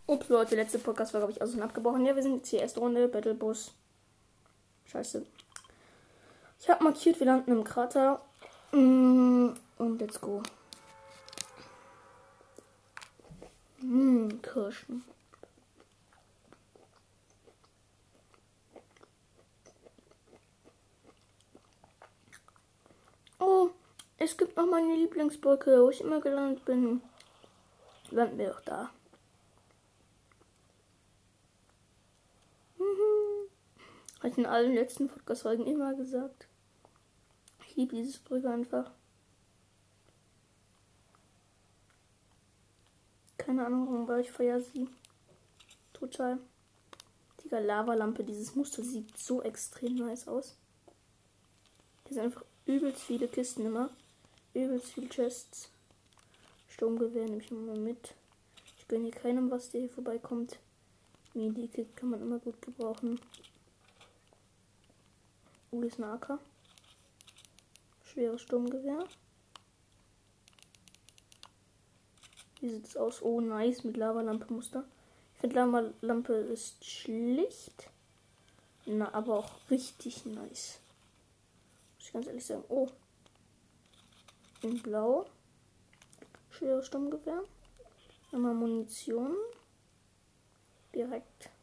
Ups, Leute, letzte Podcast war, glaube ich, aus und abgebrochen. Ja, wir sind jetzt hier erste Runde, Battlebus. Scheiße. Ich habe markiert, wir landen im Krater. Und let's go. Kirschen. Oh, es gibt noch meine Lieblingsbrücke, wo ich immer gelandet bin. Landen wir doch da. Habe ich in allen letzten Podcast-Folgen immer gesagt. Ich liebe diese Brücke einfach. Keine Ahnung, warum, aber ich feiere sie. Total. Die Lavalampe, dieses Muster sieht so extrem nice aus. Hier sind einfach übelst viele Kisten immer. Übelst viele Chests. Sturmgewehr nehme ich immer mit. Ich gönne hier keinem was, der hier vorbeikommt. Medikit kann man immer gut gebrauchen. Hier ist eine AK. Schweres Sturmgewehr. Wie sieht es aus? Oh, nice, mit Lavalampe-Muster. Ich finde, Lavalampe ist schlicht. Na, aber auch richtig nice. Muss ich ganz ehrlich sagen. Oh. In Blau. Schweres Sturmgewehr. Einmal Munition. Direkt.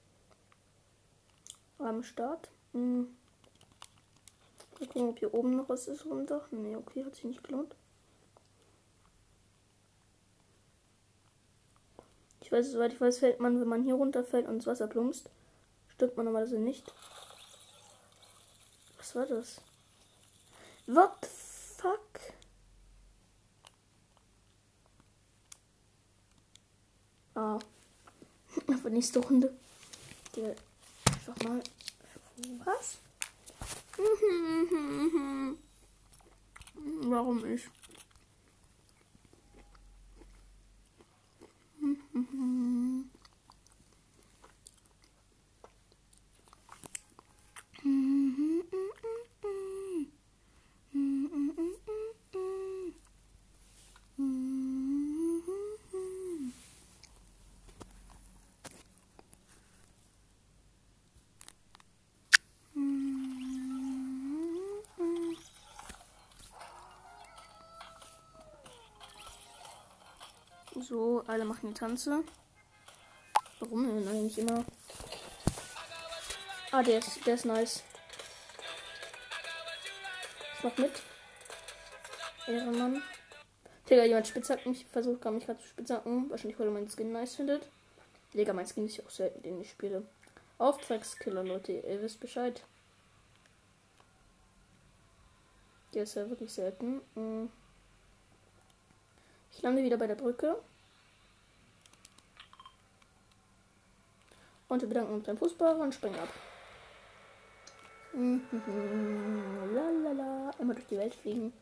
Am Start. Mal gucken, ob hier oben noch was ist runter. Ne, okay, hat sich nicht gelohnt. Ich weiß, soweit ich weiß, fällt man, wenn man hier runterfällt und ins Wasser plumpst, stirbt man normalerweise nicht. Was war das? What the fuck? Ah. Für nächste Runde. Der einfach mal. Was? Warum ich? So, alle machen die Tanze. Warum denn eigentlich immer? Ah, der ist nice. Ich mach mit. Ehrenmann. Digga, jemand spitzhackt mich. Versucht gar mich gerade zu spitzhacken. Wahrscheinlich, weil er meinen Skin nice findet. Digga, mein Skin ist ja auch selten, den ich spiele. Auftragskiller, Leute. Ihr wisst Bescheid. Der ist ja wirklich selten. Ich lande wieder bei der Brücke. Und wir bedanken uns beim Fußball und springen ab. Lalala. Immer durch die Welt fliegen.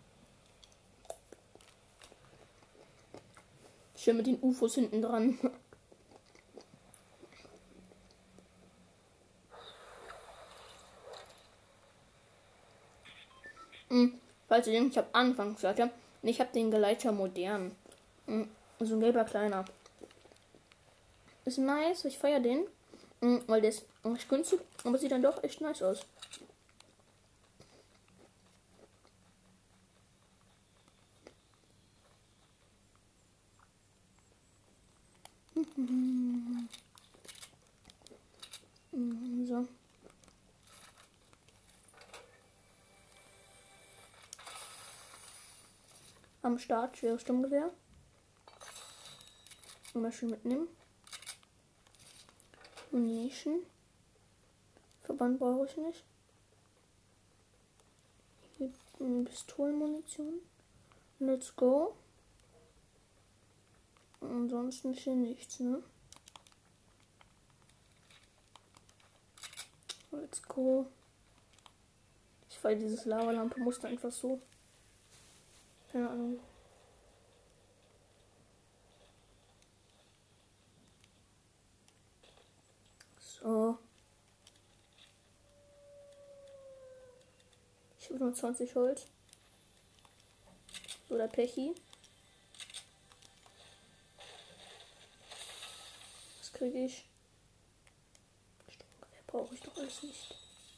Schön mit den UFOs hinten dran. Falls ihr den, ich habe anfangs gesagt, ja, ich habe den Geleiter modern. So ein gelber kleiner. Ist nice, ich feiere den. Weil der ist recht günstig, aber sieht dann doch echt nice aus. So. Am Start schweres Sturmgewehr. Immer schön mitnehmen. Munition. Verband brauche ich nicht. Hier Pistolenmunition. Let's go. Ansonsten hier nichts, ne? Let's go. Ich feiere dieses Lavalampe-Muster einfach so. Keine Ahnung. So. Ich habe nur 20 Holz. Oder Pechi. kriege ich. Sturmgewehr brauche ich doch alles nicht.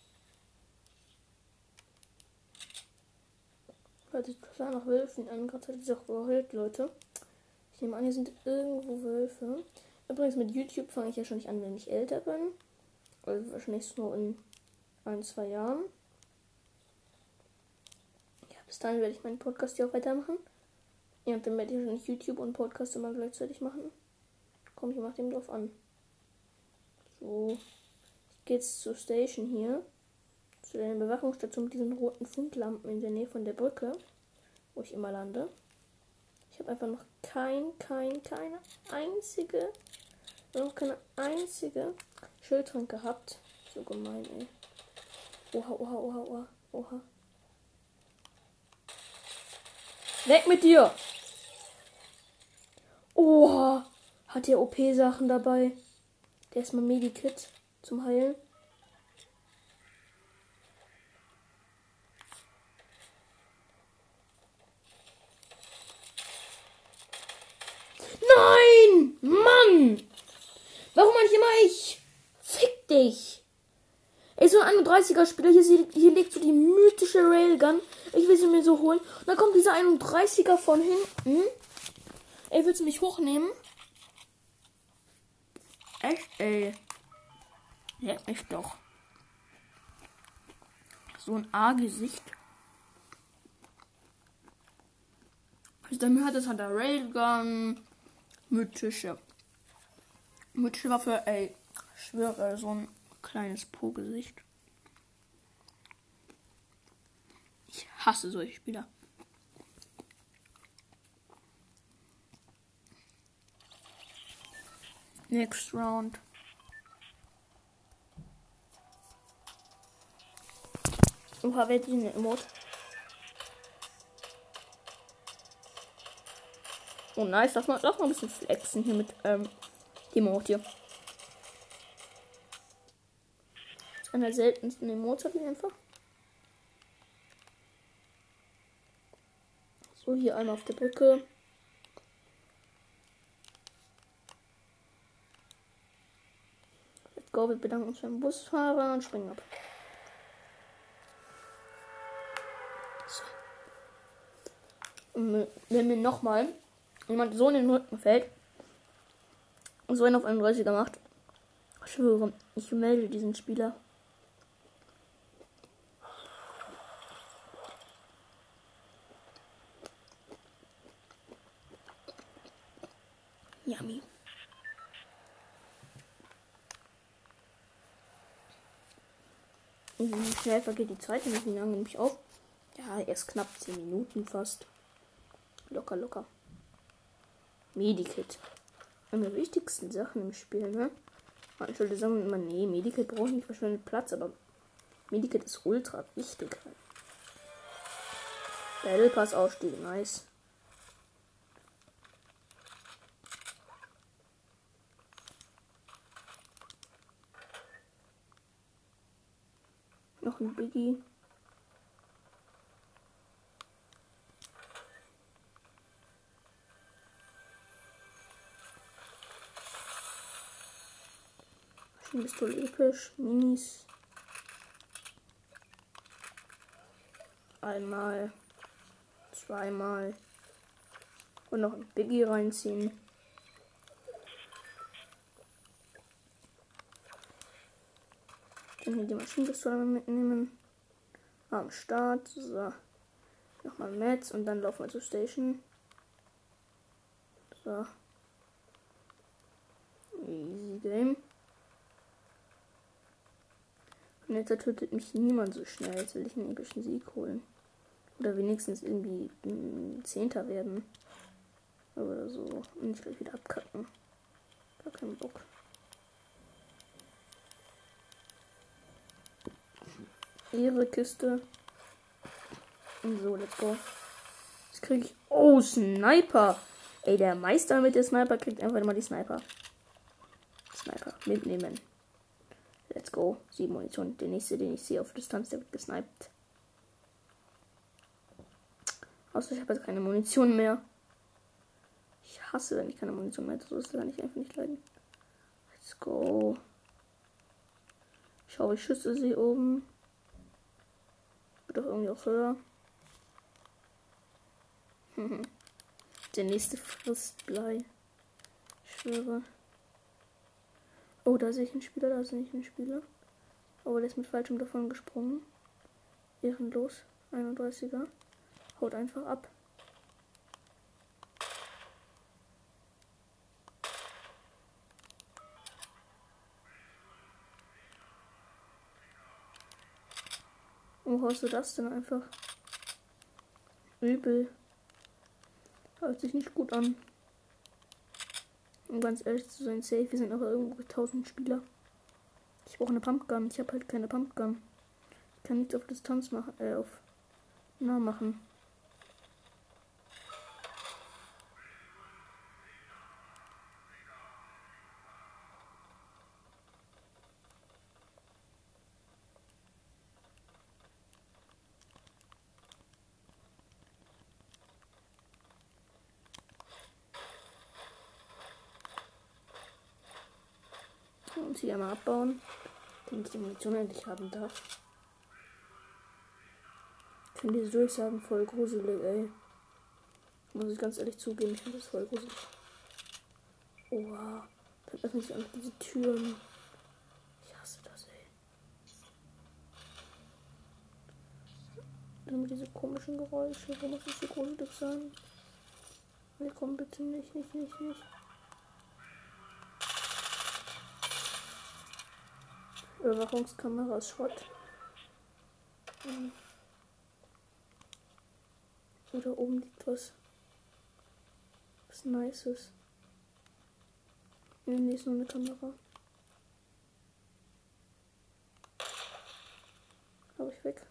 Leute, ich sah nach Wölfen an. Gerade hat es auch geheult, Leute. Ich nehme an, hier sind irgendwo Wölfe. Übrigens, mit YouTube fange ich ja schon nicht an, wenn ich älter bin. Also wahrscheinlich so in 1-2 Jahren. Ja, bis dahin werde ich meinen Podcast hier auch weitermachen. Ja, und dann werde ich wahrscheinlich YouTube und Podcast immer gleichzeitig machen. Kommt je nachdem drauf an. So. Ich gehe jetzt zur Station hier. Zu der Bewachungsstation mit diesen roten Funklampen in der Nähe von der Brücke. Wo ich immer lande. Ich habe einfach noch keine einzige Schildtrank gehabt. So gemein, ey. Oha. Weg mit dir! Oha! Hat der OP-Sachen dabei? Der ist mal Medikit zum Heilen. Nein! Mann! Warum nicht immer ich? Fick dich! Ey, so ein 31er-Spieler, hier liegt so die mythische Railgun. Ich will sie mir so holen. Und dann kommt dieser 31er von hinten. Ey, willst du mich hochnehmen? Echt, ey. Leck mich doch. So ein A-Gesicht. Also dann hat es halt der Railgun. Mythische Waffe, ey. Ich schwöre, so ein kleines Po-Gesicht. Ich hasse solche Spieler. Next round. Oha, wer hat die eine Emote? Oh nice, lass mal ein bisschen flexen hier mit dem Emote hier. Das ist einer der seltensten Emotes, habe ich einfach. So, hier einmal auf der Brücke. Let's go, wir bedanken uns beim Busfahrer und springen ab. So. Und wenn mir nochmal jemand so in den Rücken fällt und so einen auf 31er macht, ich schwöre, ich melde diesen Spieler. Yummy. Wie schnell vergeht die Zeit? Wie lange nehme ich auf? Ja, erst knapp 10 Minuten fast. Locker. Medikit. Eine der wichtigsten Sachen im Spiel, ne? Man sollte sagen, immer, nee, Medikit braucht nicht verschwendet Platz, aber Medikit ist ultra wichtig. Battle Pass Aufstieg, nice. Noch ein Biggie. Pistole episch. Minis. Einmal. Zweimal. Und noch ein Biggie reinziehen. Dann hier die Maschinenpistole mitnehmen. Am Start. So. Nochmal Mats und dann laufen wir zur Station. So. Easy Game. Und jetzt tötet mich niemand so schnell. Jetzt will ich einen epischen Sieg holen. Oder wenigstens irgendwie ein Zehnter werden. Oder so. Und nicht gleich wieder abkacken. Gar keinen Bock. Ihre Kiste. Und so, let's go. Jetzt kriege ich. Oh, Sniper! Ey, der Meister mit der Sniper kriegt einfach immer die Sniper. Sniper. Mitnehmen. Let's go. 7 Munition. Der nächste, den ich sehe auf Distanz, der wird gesniped. Außer ich habe jetzt keine Munition mehr. Ich hasse, wenn ich keine Munition mehr habe. So ist das kann ich einfach nicht leiden. go. Schau, ich schüsse sie oben. Wird doch irgendwie auch höher. Der nächste frisst Blei. Ich schwöre. Oh, da sehe ich einen Spieler, da sehe ich einen Spieler. Aber der ist mit falschem davon gesprungen. Ehrenlos. 31er. Haut einfach ab. Wo hast du das denn einfach? Übel. Hört sich nicht gut an. Um ganz ehrlich zu sein, safe, wir sind aber irgendwo 1000 Spieler. Ich brauche eine Pumpgun. Ich habe halt keine Pumpgun. Ich kann nichts auf Distanz machen, auf nah machen. Und hier einmal abbauen, damit ich die Munition endlich haben darf. Ich finde diese Durchsagen voll gruselig, ey. Muss ich ganz ehrlich zugeben, ich finde das voll gruselig. Oha, dann öffnen sich auch noch diese Türen. Ich hasse das, ey. Dann diese komischen Geräusche, wo muss es so gruselig sein? Nee, komm bitte nicht. Überwachungskamera ist Schrott. Da oben liegt was. Was Nices. Nee, ist nur eine Kamera. Hab ich weg.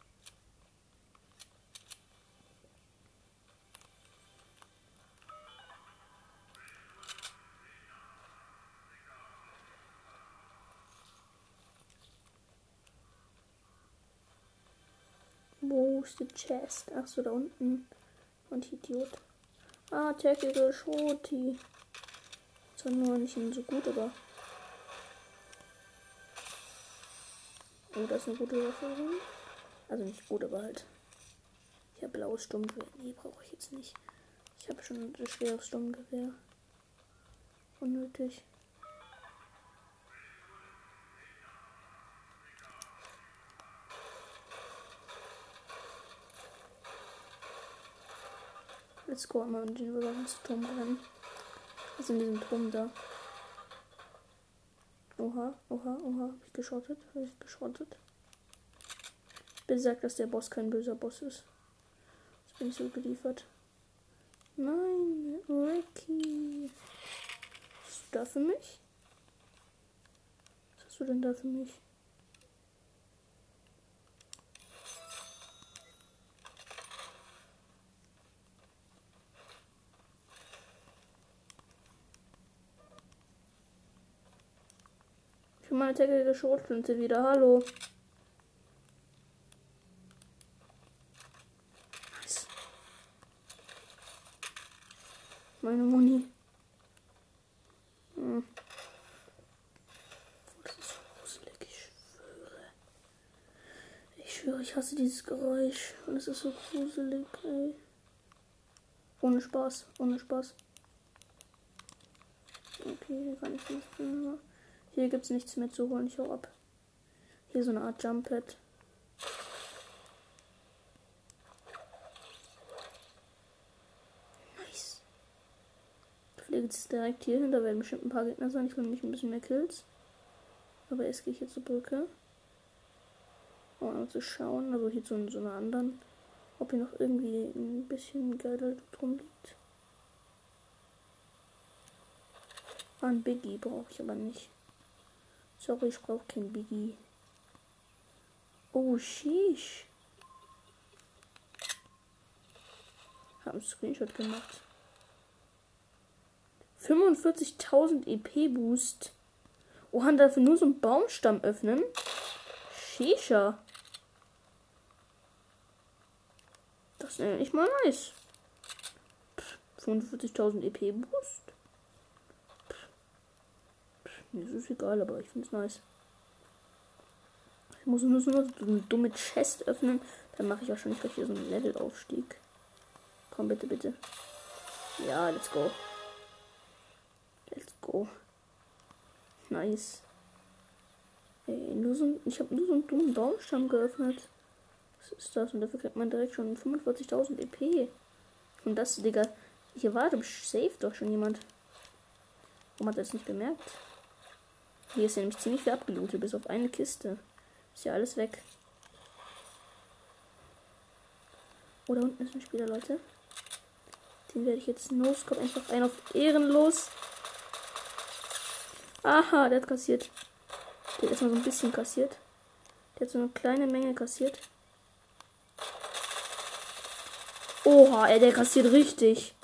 Wo ist die Chest? Achso, da unten. Und Idiot. Ah, Tactical Shorty. Zwar nur nicht so gut, aber. Oh, das ist eine gute Waffe. Also nicht gut, aber halt. Ich habe blaues Sturmgewehr. Nee, brauche ich jetzt nicht. Ich habe schon ein schweres Sturmgewehr. Unnötig. Let's go einmal in den Überwachungsturm rennen. Was ist in diesem Turm da? Oha. Hab ich geschrottet? Besagt, dass der Boss kein böser Boss ist. Jetzt bin ich so geliefert. Nein, Ricky. Was hast du da für mich? Was hast du denn da für mich? Ich habe meine tackelige Schrotflinte wieder. Hallo. Nice. Meine Muni. Das ist so gruselig, ich schwöre, ich hasse dieses Geräusch. Und es ist so gruselig, ey. Ohne Spaß. Okay, hier kann ich nichts mehr. Hier gibt es nichts mehr zu holen. Ich hau ab. Hier so eine Art Jump Pad. Nice. Ich fliege jetzt direkt hier hin. Da werden bestimmt ein paar Gegner sein. Ich will nämlich ein bisschen mehr Kills. Aber erst gehe ich hier zur Brücke. Um zu schauen. Also hier zu so einer anderen. Ob hier noch irgendwie ein bisschen geiler Loot rumliegt. Ein Biggie brauche ich aber nicht. Sorry, ich brauche kein Biggie. Oh, sheesh. Hab einen Screenshot gemacht. 45.000 EP Boost. Oh, und dafür nur so einen Baumstamm öffnen. Shisha. Das nenne ich mal nice. 45.000 EP Boost. Mir ist es egal, aber ich finde es nice. Ich muss nur so eine dumme Chest öffnen. Dann mache ich wahrscheinlich gleich hier so einen Levelaufstieg. Komm, bitte, bitte. Ja, let's go. Let's go. Nice. Ey, ich habe nur so einen dummen Baumstamm geöffnet. Was ist das? Und dafür kriegt man direkt schon 45.000 EP. Und das, Digga. Hier war safe doch schon jemand. Warum hat er das nicht bemerkt? Hier ist ja nämlich ziemlich viel abgelootet, bis auf eine Kiste. Ist ja alles weg. Oh, da unten ist ein Spieler, Leute. Den werde ich jetzt no-scope einfach ein auf ehrenlos. Aha, der hat kassiert. Der hat erstmal so ein bisschen kassiert. Der hat so eine kleine Menge kassiert. Oha, ey, der kassiert richtig.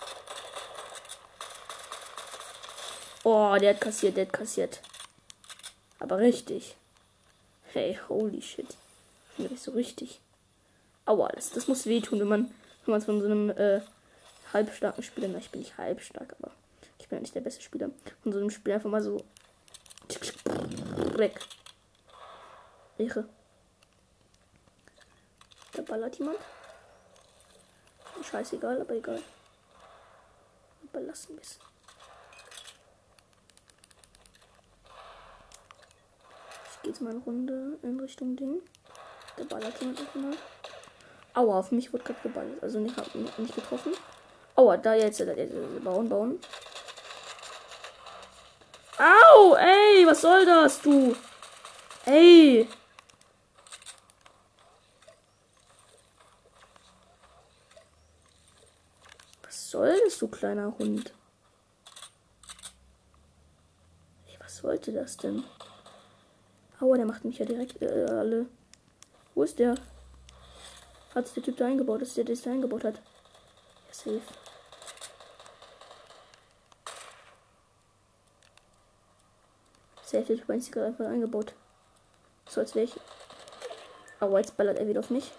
Oh, der hat kassiert. Aber richtig. Hey, holy shit. Nicht so richtig. Aua, das muss wehtun, wenn man von so einem halbstarken Spieler, na, ich bin nicht halbstark, aber ich bin ja nicht der beste Spieler, von so einem Spieler einfach mal so weg. Ehre. Da ballert jemand. Scheißegal, aber egal. Überlassen wir es. Ich gehe jetzt mal eine Runde in Richtung Ding. Da ballert jemand einfach mal. Aua, auf mich wurde gerade geballert. Also nicht getroffen. Aua, da jetzt. Bauen. Au, ey, was soll das, du? Ey. Was soll das, du kleiner Hund? Ey, was wollte das denn? Aua, der macht mich ja direkt alle. Wo ist der? Hat sich der Typ da eingebaut, dass der das da eingebaut hat? Ja, safe. Safe, der Typ hat sich gerade einfach eingebaut. So, als wäre ich. Aua, jetzt ballert er wieder auf mich.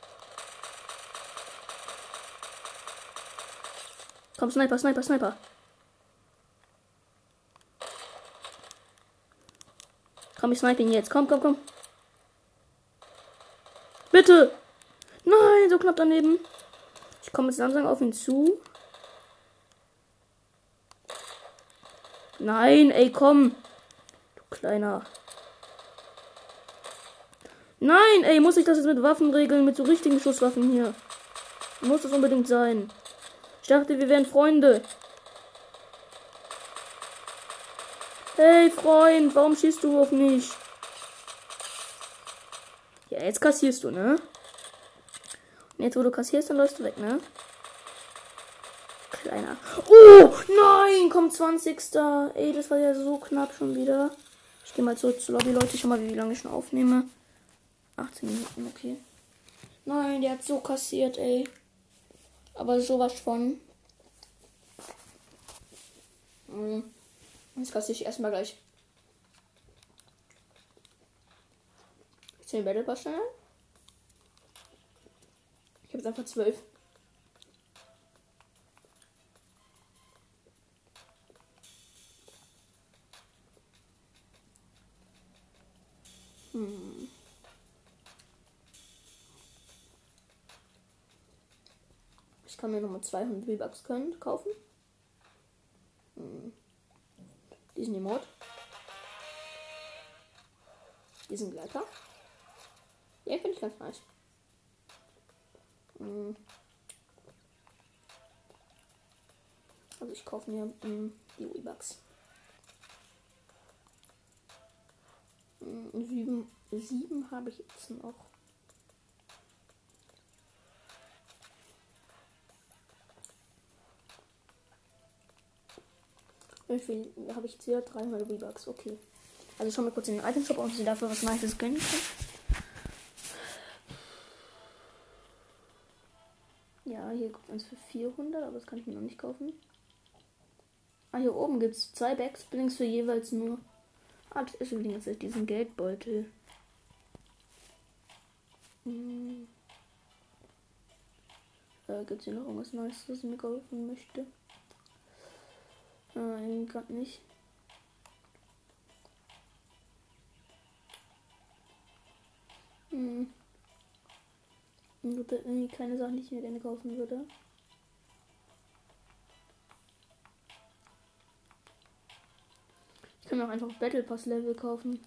Komm, Sniper. Komm, ich snipe ihn jetzt. Komm. Bitte! Nein, so knapp daneben. Ich komme jetzt langsam auf ihn zu. Nein, ey, komm. Du kleiner. Nein, ey, muss ich das jetzt mit Waffen regeln? Mit so richtigen Schusswaffen hier? Muss das unbedingt sein? Ich dachte, wir wären Freunde. Hey, Freund, warum schießt du auf mich? Ja, jetzt kassierst du, ne? Und jetzt, wo du kassierst, dann läufst du weg, ne? Kleiner. Oh, nein, komm, 20. Ey, das war ja so knapp schon wieder. Ich gehe mal zurück zur Lobby, Leute. Schau mal, wie lange ich schon aufnehme. 18 Minuten, okay. Nein, der hat so kassiert, ey. Aber sowas von. Jetzt kassiere ich erstmal gleich 10 Battle Pass Sterne. Ich habe jetzt einfach 12. Ich kann mir nochmal 200 V-Bucks kaufen. Diesen Emote. Diesen Gleiter. Ja, finde ich ganz nice. Also ich kaufe mir die V-Bucks. 7 habe ich jetzt noch. Wie viel habe ich jetzt hier? 300 V-Bucks, okay. Also schon mal kurz in den Item Shop, ob sie dafür was Nices gönnen können. Ja, hier gibt es eins für 400, aber das kann ich mir noch nicht kaufen. Ah, hier oben gibt es 2 Backsplings für jeweils nur. Ah, das ist übrigens diesen Geldbeutel. Gibt es hier noch irgendwas Neues, was ich mir kaufen möchte? Gerade nicht. Irgendwie keine Sachen, die ich mir gerne kaufen würde. Ich kann mir auch einfach Battle Pass Level kaufen.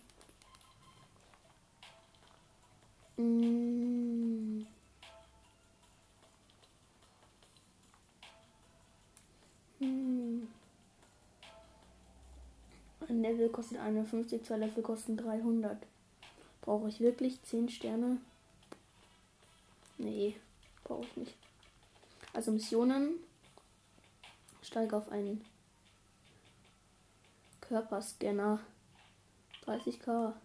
Ein Level kostet 51, 2 Level kosten 300. Brauche ich wirklich 10 Sterne? Nee, brauche ich nicht. Also Missionen. Steige auf einen Körperscanner. 30k.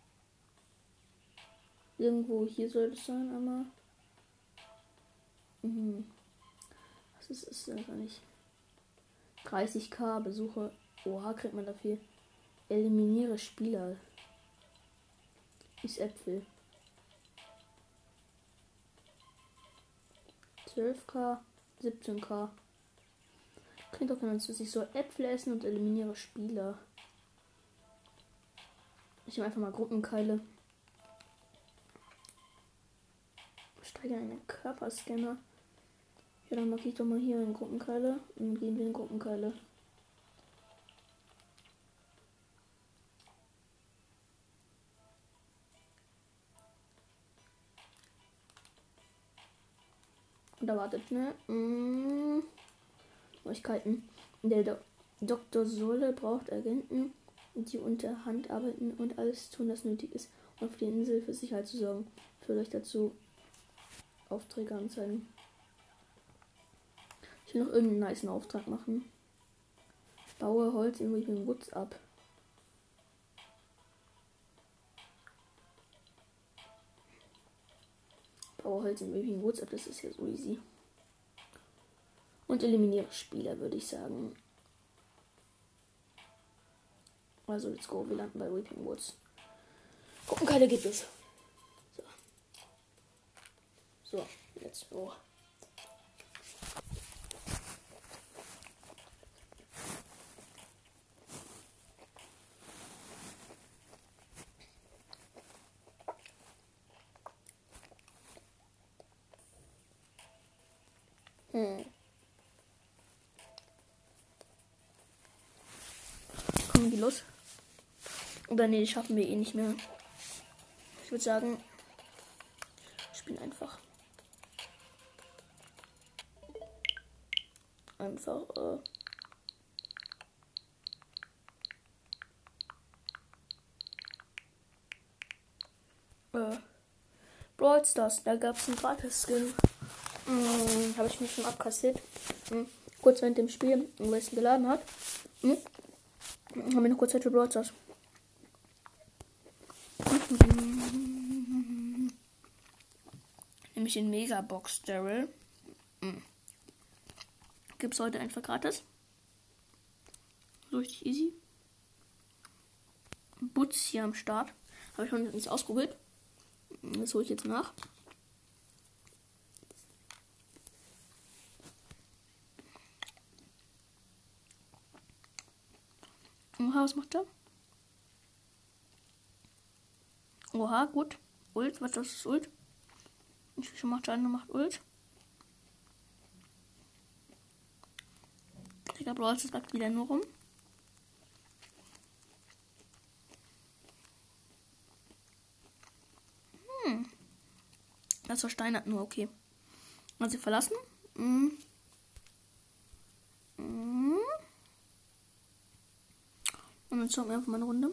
Irgendwo hier soll es sein, aber. Was ist es denn nicht? 30k Besuche. Oha, kriegt man dafür. Eliminiere Spieler. Ist Äpfel. 12k, 17k. Klingt doch ganz süß. Ich soll Äpfel essen und eliminiere Spieler. Ich nehme einfach mal Gruppenkeile. Steige einen Körperscanner. Ja, dann markiere ich doch mal hier in Gruppenkeile. Und dann gehen wir in Gruppenkeile. Und da wartet, ne? Neuigkeiten. Der Dr. Solle braucht Agenten, die unter Hand arbeiten und alles tun, was nötig ist, um auf der Insel für Sicherheit zu sorgen. Führt euch dazu Aufträge anzeigen. Ich will noch irgendeinen nicen Auftrag machen. Baue Holz in Weeping Woods ab. Baue Holz in Weeping Woods ab, das ist ja so easy. Und eliminiere Spieler, würde ich sagen. Also, let's go. Wir landen bei Weeping Woods. Gruppenkeile gibt es. So, let's go. Kommen die los? Oder nee, schaffen wir eh nicht mehr. Ich würde sagen, spielen einfach. Brawl Stars, da gab es einen Gratis-Skin. Habe ich mich schon abkassiert. Kurz während dem Spiel, wo es geladen hat. Haben wir noch kurz Zeit für Brawl Stars. Nämlich in Megabox Daryl. Gibt's heute einfach gratis. So richtig easy. Butz hier am Start. Habe ich noch nicht ausprobiert. Das hole ich jetzt nach. Oha, was macht er? Oha, gut. Ult, was das ist Ult? Ich will schon macht Schaden, macht Ult. Digga, Brawl, das backt wieder nur rum. Das versteinert nur, okay. Mal sie verlassen. Und dann zocken wir einfach mal eine Runde.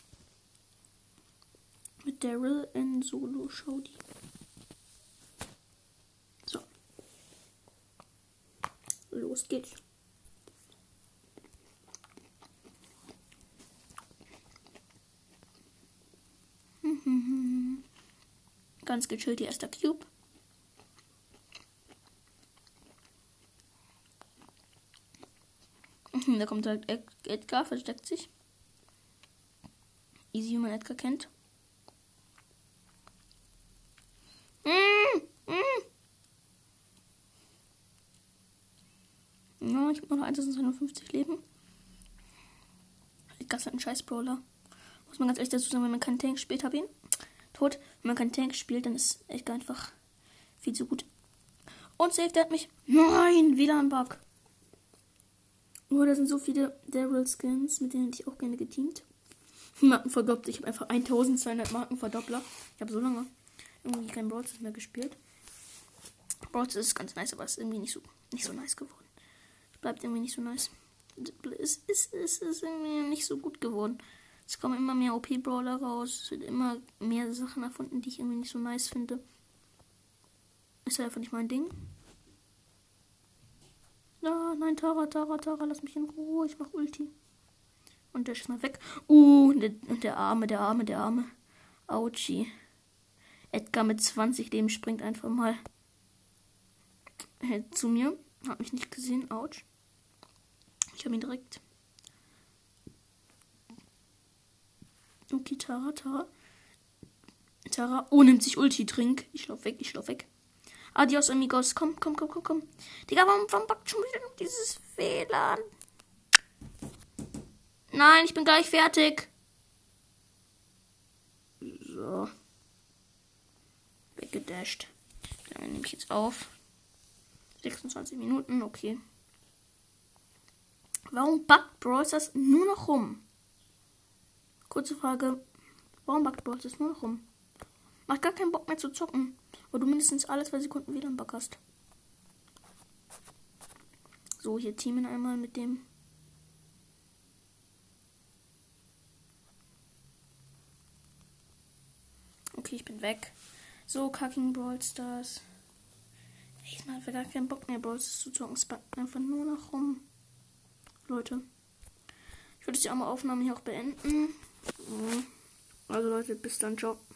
Mit Daryl in Solo Showdy. So. Los geht's. Ganz gechillt, hier ist der Cube. Da kommt halt Edgar, versteckt sich. Easy, wie man Edgar kennt. Ja, ich habe noch 1250 Leben. Edgar ist halt ein scheiß Brawler. Muss man ganz ehrlich dazu sagen, wenn man keinen Tank spielt, habe ihn. tot. Wenn man keinen Tank spielt, dann ist echt einfach viel zu gut. Und safe, der hat mich. Nein, WLAN-Bug. Oh, da sind so viele Daryl-Skins, mit denen hätte ich auch gerne geteamt. Marken verdoppelt. Ich habe einfach 1200 Markenverdoppler. Ich habe so lange irgendwie kein Brawl Stars mehr gespielt. Brawl Stars ist ganz nice, aber ist irgendwie nicht so nice geworden. Es bleibt irgendwie nicht so nice. Es ist irgendwie nicht so gut geworden. Es kommen immer mehr OP-Brawler raus. Es wird immer mehr Sachen erfunden, die ich irgendwie nicht so nice finde. Ist einfach nicht mein Ding. Ah, nein, Tara, lass mich in Ruhe. Ich mach Ulti. Und der ist mal weg. Und der Arme. Autschi. Edgar mit 20 Leben springt einfach mal zu mir. Hat mich nicht gesehen. Autsch. Ich habe ihn direkt. Okay, Tara. Oh, nimmt sich Ulti, trink. Ich lauf weg. Adios, amigos. Komm. Digga, warum backt schon wieder dieses WLAN? Nein, ich bin gleich fertig. So. Weggedasht. Dann nehme ich jetzt auf. 26 Minuten, okay. Warum backt Brawl Stars nur noch rum? Kurze Frage. Warum backt Brawl Stars nur noch rum? Macht gar keinen Bock mehr zu zocken. Weil du mindestens alle 2 Sekunden wieder einen Bug hast. So, hier teamen einmal mit dem. Okay, ich bin weg. So, Kacking Brawl Stars. Ich habe gar keinen Bock mehr, Brawl Stars zu zocken. Es backt einfach nur noch rum. Leute. Ich würde die Aufnahme hier auch beenden. Also Leute, bis dann, ciao.